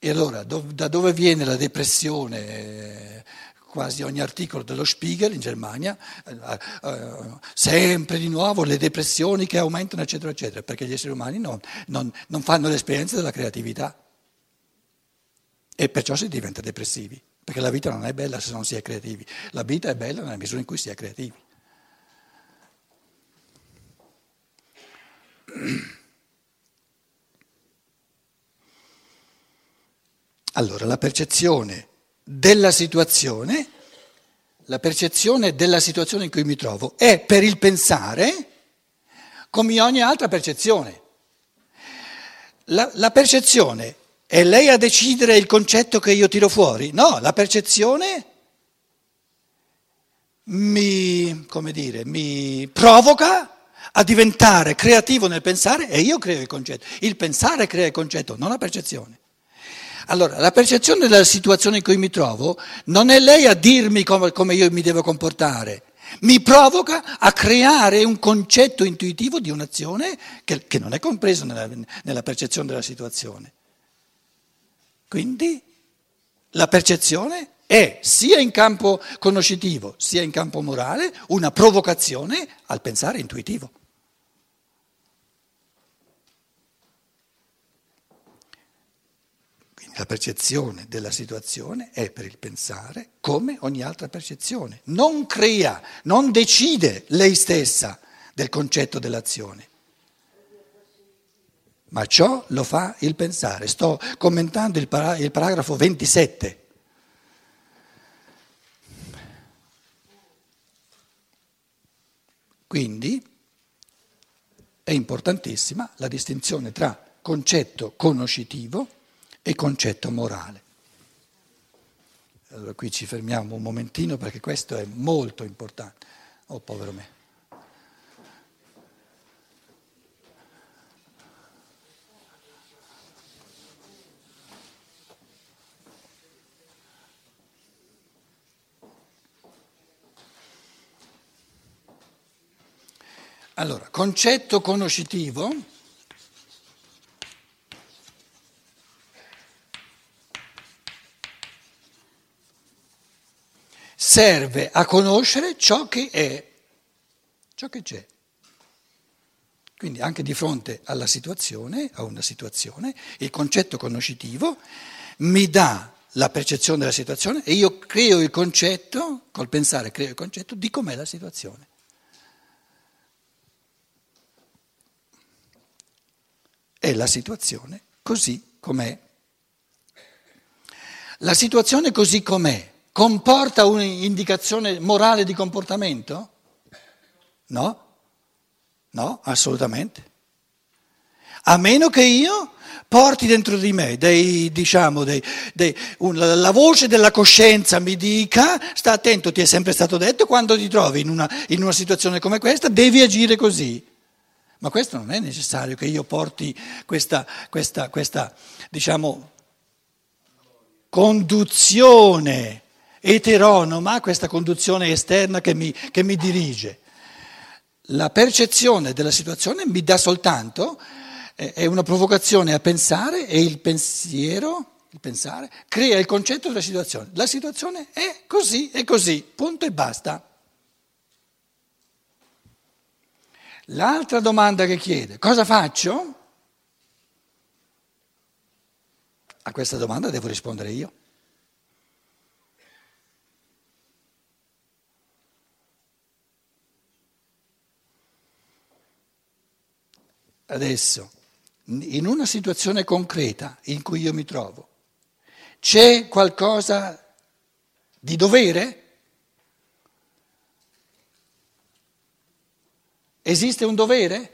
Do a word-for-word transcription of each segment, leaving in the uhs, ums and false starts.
E allora dov- da dove viene la depressione? Eh, Quasi ogni articolo dello Spiegel in Germania, eh, eh, sempre di nuovo le depressioni che aumentano, eccetera, eccetera, perché gli esseri umani non, non- non fanno l'esperienza della creatività e perciò si diventa depressivi, perché la vita non è bella se non si è creativi, la vita è bella nella misura in cui si è creativi. Allora, la percezione della situazione, la percezione della situazione in cui mi trovo è per il pensare come ogni altra percezione. La, la percezione è lei a decidere il concetto che io tiro fuori? No, la percezione mi, come dire, mi provoca a diventare creativo nel pensare e io creo il concetto. Il pensare crea il concetto, non la percezione. Allora, la percezione della situazione in cui mi trovo non è lei a dirmi come, come io mi devo comportare, mi provoca a creare un concetto intuitivo di un'azione che, che non è compreso nella, nella percezione della situazione. Quindi la percezione è sia in campo conoscitivo sia in campo morale una provocazione al pensare intuitivo. La percezione della situazione è per il pensare come ogni altra percezione. Non crea, non decide lei stessa del concetto dell'azione. Ma ciò lo fa il pensare. Sto commentando il, para- il paragrafo ventisette. Quindi è importantissima la distinzione tra concetto conoscitivo e concetto morale. Allora qui ci fermiamo un momentino perché questo è molto importante. Oh, povero me. Allora, concetto conoscitivo serve a conoscere ciò che è, ciò che c'è. Quindi anche di fronte alla situazione, a una situazione, il concetto conoscitivo mi dà la percezione della situazione e io creo il concetto, col pensare creo il concetto di com'è la situazione. È la situazione così com'è. La situazione così com'è comporta un'indicazione morale di comportamento? No, no, assolutamente. A meno che io porti dentro di me dei, diciamo, dei, dei, un, la, la voce della coscienza mi dica, sta attento, ti è sempre stato detto, quando ti trovi in una, in una situazione come questa devi agire così. Ma questo non è necessario che io porti questa, questa, questa diciamo, conduzione eteronoma, questa conduzione esterna che mi, che mi dirige. La percezione della situazione mi dà soltanto, eh, è una provocazione a pensare e il pensiero, il pensare, crea il concetto della situazione. La situazione è così, è così, punto e basta. L'altra domanda che chiede, cosa faccio? A questa domanda devo rispondere io. Adesso, in una situazione concreta in cui io mi trovo, c'è qualcosa di dovere? Esiste un dovere?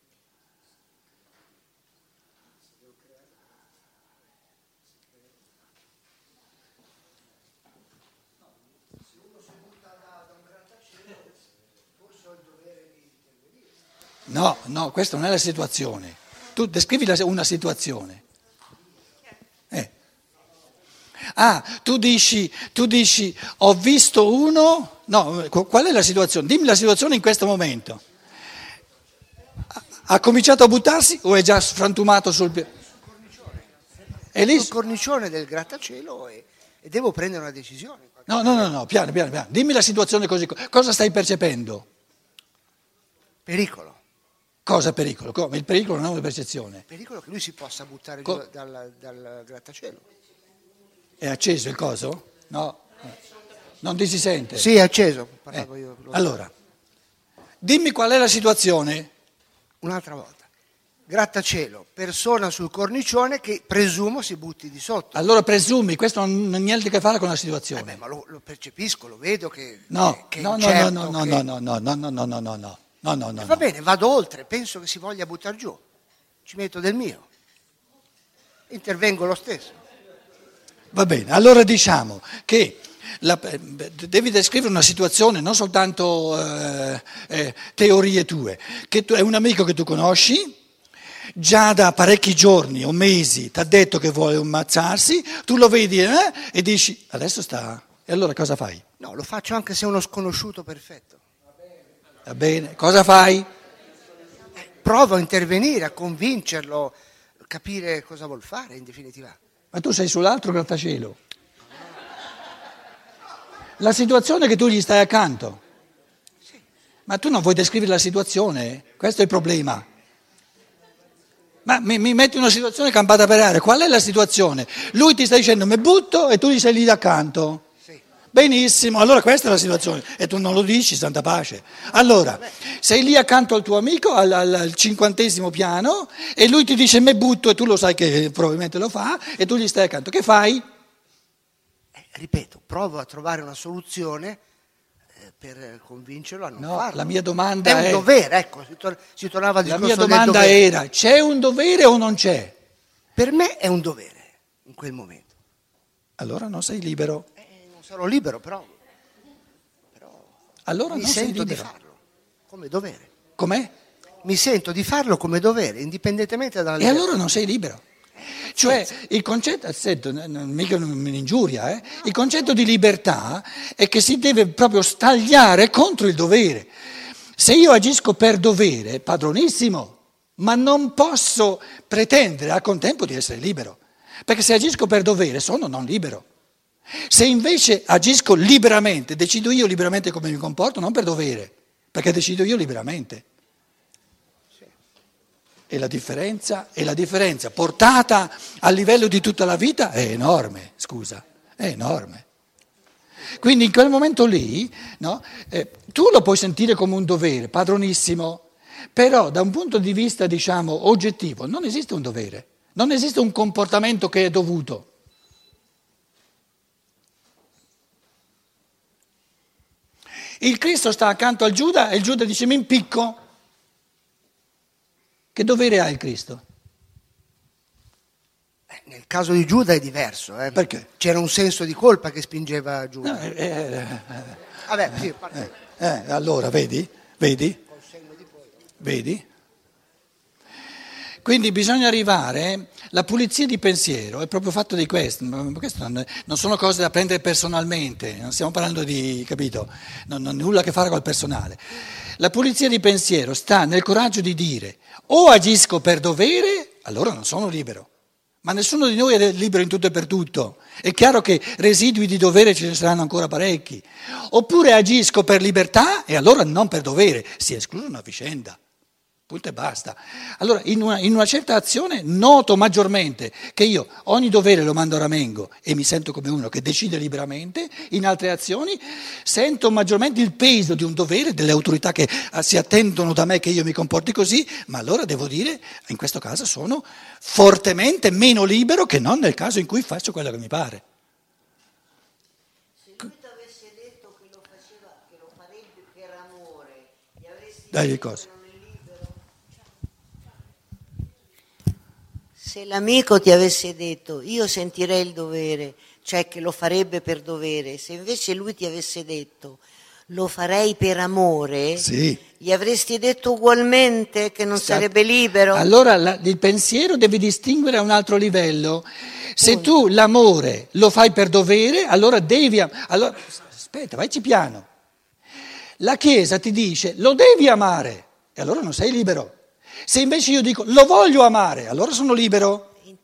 No, no, questa non è la situazione. Tu descrivi la- una situazione. Eh. Ah, tu dici, tu dici, ho visto uno. No, qual è la situazione? Dimmi la situazione in questo momento. Ha cominciato a buttarsi o è già frantumato sul piede? E lì... sul cornicione del grattacielo e, e devo prendere una decisione. No, no, no, no, piano, piano, piano. Dimmi la situazione così. Cosa stai percependo? Pericolo. Cosa pericolo? Come? Il pericolo non è una percezione. Pericolo che lui si possa buttare Co- giù dal, dal grattacielo. È acceso il coso? No, non ti si sente. Sì, è acceso. Parlavo Eh, io. Allora, dimmi qual è la situazione. Un'altra volta. Grattacielo, persona sul cornicione che presumo si butti di sotto. Allora presumi, questo non ha niente a che fare con la Eh situazione. beh, ma lo, lo percepisco, lo vedo che, No, che, che no, è no, incerto, no, no, che- no, no, no, no, no, no, no, no, no, no, no, no, Va no. bene, vado oltre, penso che si voglia buttare giù. Ci metto del mio. Intervengo lo stesso. Va bene, allora diciamo che la- devi descrivere una situazione, non soltanto eh, eh, teorie tue, che tu, è un amico che tu conosci, già da parecchi giorni o mesi ti ha detto che vuole ammazzarsi, tu lo vedi eh, e dici adesso sta, e allora cosa fai? No, lo faccio anche se è uno sconosciuto perfetto. Va bene, cosa fai? Provo a intervenire, a convincerlo, capire cosa vuol fare in definitiva. Ma tu sei sull'altro grattacielo. La situazione è che tu gli stai accanto. Ma tu non vuoi descrivere la situazione? Questo è il problema. Ma mi, mi metti in una situazione campata per aria. Qual è la situazione? Lui ti sta dicendo mi butto e tu gli sei lì d'accanto. Sì. Benissimo, allora questa è la situazione. E tu non lo dici, santa pace. Allora, sei lì accanto al tuo amico al, al- al cinquantesimo piano e lui ti dice mi butto e tu lo sai che probabilmente lo fa e tu gli stai accanto. Che fai? Eh, ripeto, provo a trovare una soluzione eh, per convincerlo a non No, farlo. la mia domanda È un è... dovere, ecco, si, tor- si tornava al La discorso mia del domanda dovere. era, c'è un dovere o non c'è? Per me è un dovere in quel momento. Allora non sei libero. Eh, non sarò libero, però, però Allora mi non sei sento di libero. farlo come dovere. Com'è? Mi sento di farlo come dovere, indipendentemente dalla E libertà. allora non sei libero. Cioè il concetto, sento, n- n- mica un'ingiuria, eh? Il concetto di libertà è che si deve proprio stagliare contro il dovere. Se io agisco per dovere, padronissimo, ma non posso pretendere al contempo di essere libero, perché se agisco per dovere sono non libero. Se invece agisco liberamente, decido io liberamente come mi comporto, non per dovere, perché decido io liberamente. E la differenza, e la differenza portata a livello di tutta la vita è enorme, scusa, è enorme. Quindi in quel momento lì, no, eh, tu lo puoi sentire come un dovere, padronissimo, però da un punto di vista, diciamo, oggettivo, non esiste un dovere, non esiste un comportamento che è dovuto. Il Cristo sta accanto al Giuda e il Giuda dice mi impicco. Che dovere ha il Cristo? Eh, Nel caso di Giuda è diverso. Eh. Perché? C'era un senso di colpa che spingeva Giuda. No, eh, eh, Vabbè, sì, parte- eh, eh, allora, vedi? Vedi? Vedi? Quindi bisogna arrivare, la pulizia di pensiero è proprio fatto di questo, ma questo non, non sono cose da prendere personalmente, non stiamo parlando di, capito, non ha nulla a che fare col personale. La pulizia di pensiero sta nel coraggio di dire o agisco per dovere, allora non sono libero, ma nessuno di noi è libero in tutto e per tutto, è chiaro che residui di dovere ce ne saranno ancora parecchi, oppure agisco per libertà e allora non per dovere, si esclude una vicenda. Punto e basta. Allora, in una, in una certa azione noto maggiormente che io ogni dovere lo mando a ramengo e mi sento come uno che decide liberamente, in altre azioni sento maggiormente il peso di un dovere, delle autorità che eh, si attendono da me che io mi comporti così, ma allora devo dire, in questo caso sono fortemente meno libero che non nel caso in cui faccio quello che mi pare. Se lui ti avesse detto che lo faceva, che lo farebbe per amore, gli avresti Dai, detto cosa? che non è libero? Se l'amico ti avesse detto io sentirei il dovere, cioè che lo farebbe per dovere, se invece lui ti avesse detto lo farei per amore, Sì. gli avresti detto ugualmente che non Sta- sarebbe libero? Allora la- il pensiero deve distinguere a un altro livello. Se tu l'amore lo fai per dovere, allora devi... am- Allora, aspetta, vaici piano. La Chiesa ti dice lo devi amare e allora non sei libero. Se invece io dico lo voglio amare, allora sono libero. In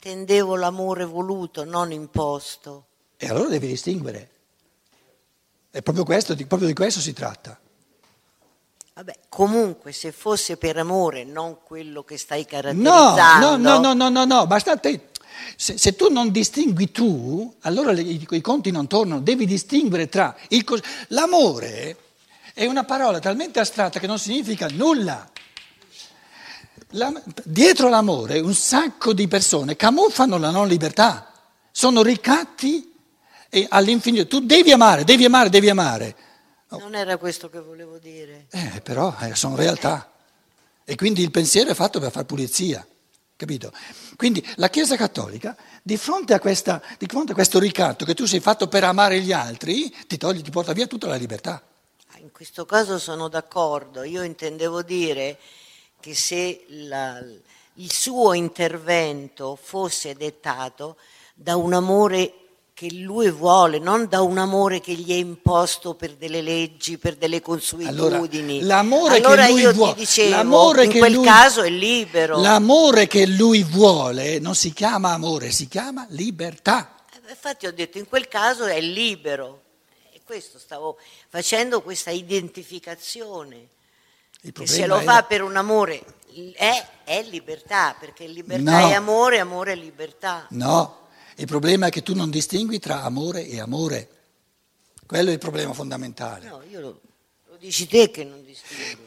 intendevo l'amore voluto, non imposto. E allora devi distinguere. È proprio questo, di- proprio di questo si tratta. Vabbè, comunque se fosse per amore, non quello che stai No, caratterizzando. no, no, no, no, no, no, basta te. Se, se tu non distingui tu, allora le- i, i conti non tornano. Devi distinguere tra il cos- l'amore è una parola talmente astratta che non significa nulla. La- dietro l'amore un sacco di persone camuffano la non libertà, sono ricatti e all'infinito. Tu devi amare, devi amare, devi amare. Non era questo che volevo dire. Eh, però eh, sono realtà e quindi il pensiero è fatto per far pulizia, capito? Quindi la Chiesa Cattolica, di fronte a, questa, di fronte a questo ricatto che tu sei fatto per amare gli altri, ti togli, ti porta via tutta la libertà. In questo caso sono d'accordo, io intendevo dire che se la- il suo intervento fosse dettato da un amore che lui vuole, non da un amore che gli è imposto per delle leggi, per delle consuetudini. Allora, l'amore allora che lui io vuole, ti dicevo, l'amore in che quel lui- caso è libero. L'amore che lui vuole non si chiama amore, si chiama libertà. Eh, Infatti ho detto, in quel caso è libero. E questo stavo facendo questa identificazione. Il Che se problema lo è fa la- per un amore è, è libertà, perché libertà No. è amore, amore è libertà. No, il problema è che tu non distingui tra amore e amore. Quello è il problema fondamentale. No, io lo, lo dici te che non distingui.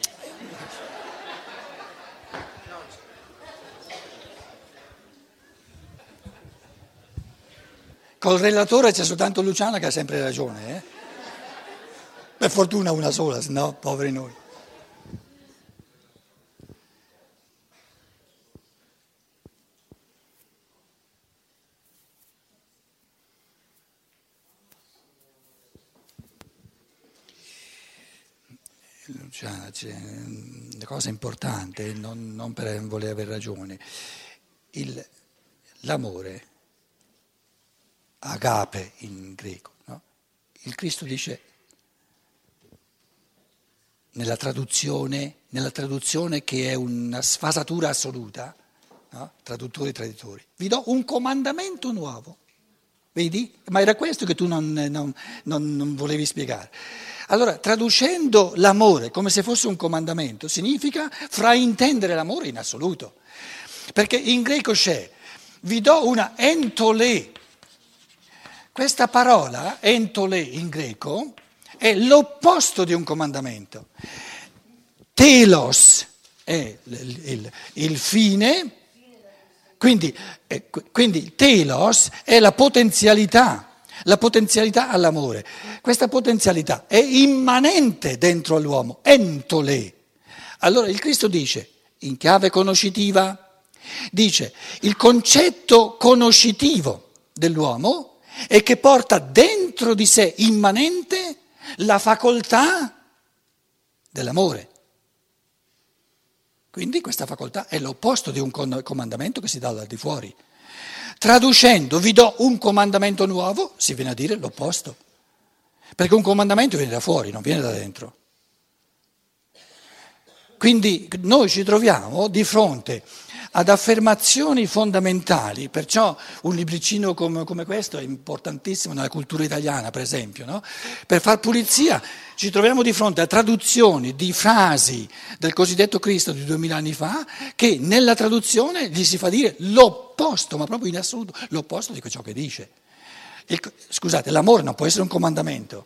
Col relatore c'è soltanto Luciana che ha sempre ragione, eh? Per fortuna una sola, se no poveri noi. Luciana, c'è una cosa importante, non, non per voler avere ragione. Il- l'amore, agape in greco, no? Il Cristo dice nella traduzione, nella traduzione che è una sfasatura assoluta, no? Traduttori e traditori, vi do un comandamento nuovo, vedi? Ma era questo che tu non, non- non- non volevi spiegare. Allora, traducendo l'amore come se fosse un comandamento, significa fraintendere l'amore in assoluto, perché in greco c'è, vi do una entolè. Questa parola, entolè in greco, è l'opposto di un comandamento. Telos è il, il- il fine, quindi, eh, quindi telos è la potenzialità, la potenzialità all'amore. Questa potenzialità è immanente dentro all'uomo, entolè. Allora il Cristo dice, in chiave conoscitiva, dice il concetto conoscitivo dell'uomo è che porta dentro di sé immanente la facoltà dell'amore. Quindi questa facoltà è l'opposto di un con- comandamento che si dà dal di fuori. Traducendo, vi do un comandamento nuovo, si viene a dire l'opposto. Perché un comandamento viene da fuori, non viene da dentro. Quindi noi ci troviamo di fronte ad affermazioni fondamentali, perciò un libricino come, come questo è importantissimo nella cultura italiana, per esempio, no? Per far pulizia ci troviamo di fronte a traduzioni di frasi del cosiddetto Cristo di duemila anni fa che nella traduzione gli si fa dire l'opposto, ma proprio in assoluto l'opposto di ciò che dice. Il- scusate, l'amore non può essere un comandamento.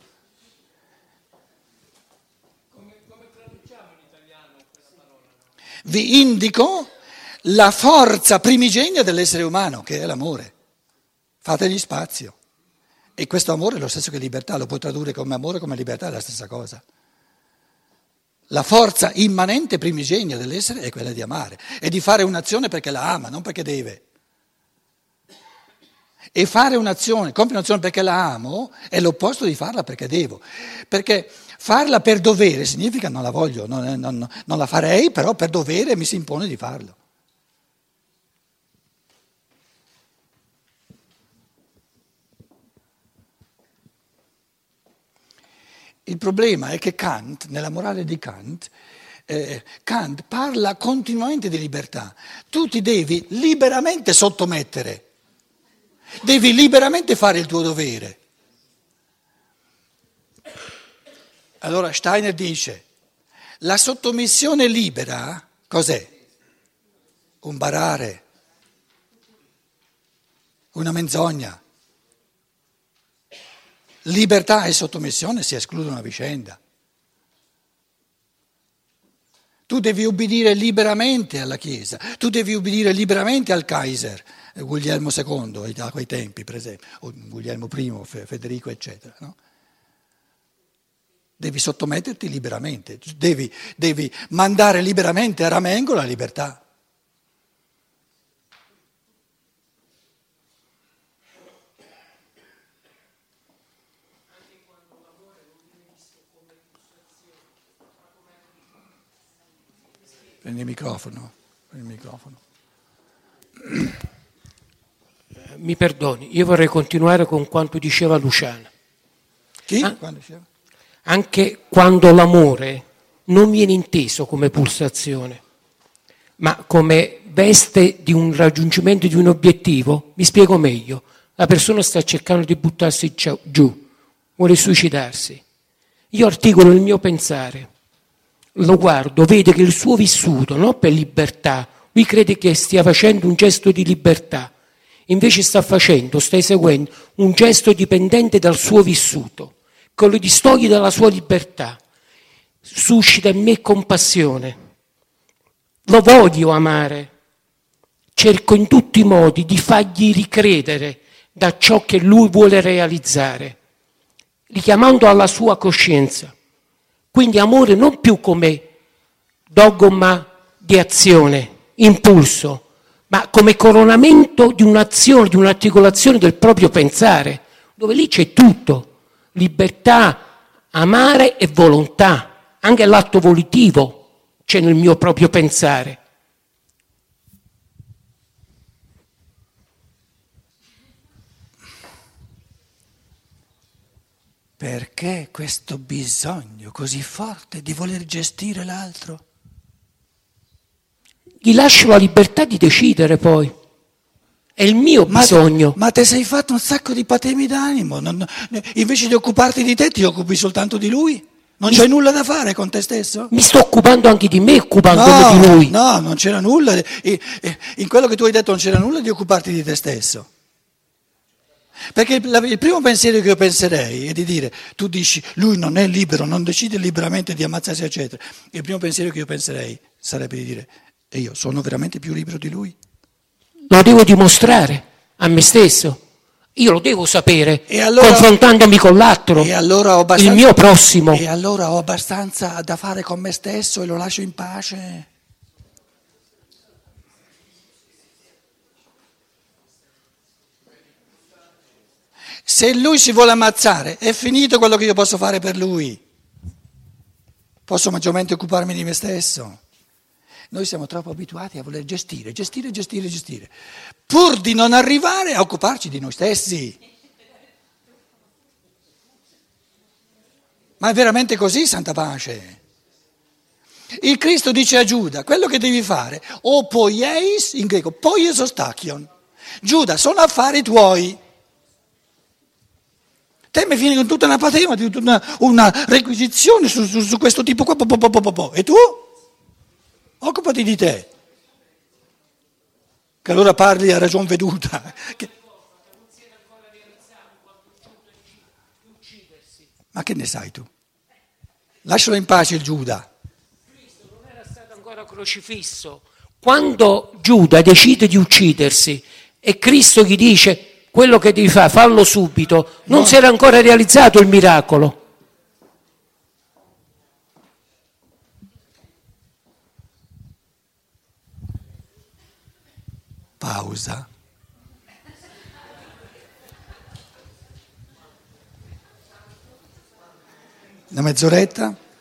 Vi indico la forza primigenia dell'essere umano, che è l'amore. Fategli spazio. E questo amore è lo stesso che libertà, lo puoi tradurre come amore, come libertà, è la stessa cosa. La forza immanente primigenia dell'essere è quella di amare e di fare un'azione perché la ama, non perché deve. E fare un'azione, compiere un'azione perché la amo è l'opposto di farla perché devo. Perché farla per dovere significa non la voglio, non, non- non la farei, però per dovere mi si impone di farlo. Il problema è che Kant, nella morale di Kant, eh, Kant parla continuamente di libertà. Tu ti devi liberamente sottomettere, devi liberamente fare il tuo dovere. Allora Steiner dice, la sottomissione libera cos'è? Un barare, una menzogna. Libertà e sottomissione si escludono a vicenda. Tu devi ubbidire liberamente alla Chiesa, tu devi ubbidire liberamente al Kaiser, Guglielmo secondo, a quei tempi per esempio, o Guglielmo primo, Federico eccetera, no? Devi sottometterti liberamente, devi, devi mandare liberamente a ramengo la libertà. Prendi il microfono, prendi il microfono. Mi perdoni, io vorrei continuare con quanto diceva Luciana. Chi? Ah, Quando diceva? Anche quando l'amore non viene inteso come pulsazione, ma come veste di un raggiungimento di un obiettivo, mi spiego meglio. La persona sta cercando di buttarsi giù, vuole suicidarsi. Io articolo il mio pensare, lo guardo, vede che il suo vissuto, non per libertà, lui crede che stia facendo un gesto di libertà, invece sta facendo, sta eseguendo un gesto dipendente dal suo vissuto, che lo distoglie dalla sua libertà, suscita in me compassione, lo voglio amare, cerco in tutti i modi di fargli ricredere da ciò che lui vuole realizzare, richiamando alla sua coscienza. Quindi amore non più come dogma di azione, impulso, ma come coronamento di un'azione, di un'articolazione del proprio pensare, dove lì c'è tutto. Libertà, amare e volontà, anche l'atto volitivo c'è nel mio proprio pensare. Perché questo bisogno così forte di voler gestire l'altro? Gli lascio la libertà di decidere poi. È il mio ma, bisogno. Ma ti sei fatto un sacco di patemi d'animo. Non, invece di occuparti di te, ti occupi soltanto di lui? Non mi, c'hai nulla da fare con te stesso? Mi sto occupando anche di me, occupandomi no, di lui. No, non c'era nulla. In quello che tu hai detto non c'era nulla di occuparti di te stesso. Perché il, il primo pensiero che io penserei è di dire, tu dici, lui non è libero, non decide liberamente di ammazzarsi, eccetera. Il primo pensiero che io penserei sarebbe di dire, e io sono veramente più libero di lui? Lo devo dimostrare a me stesso. Io lo devo sapere, e allora, confrontandomi con l'altro, e allora ho il mio prossimo. E allora ho abbastanza da fare con me stesso e lo lascio in pace. Se lui si vuole ammazzare, è finito quello che io posso fare per lui. Posso maggiormente occuparmi di me stesso. Noi siamo troppo abituati a voler gestire, gestire, gestire, gestire, pur di non arrivare a occuparci di noi stessi. Ma è veramente così, santa pace? Il Cristo dice a Giuda, quello che devi fare, o poieis, in greco, poies ostachion. Giuda, sono affari tuoi. Te mi vieni con tutta una patema, tutta una, una requisizione su, su, su questo tipo qua, po, po, po, po, po. E tu? Occupati di te, che allora parli a ragion veduta. Che... Ma che ne sai tu? Lascialo in pace il Giuda. Cristo non era stato ancora crocifisso. Quando Giuda decide di uccidersi e Cristo gli dice quello che devi fare, fallo subito, non no. si era ancora realizzato il miracolo. Pausa. Una mezz'oretta?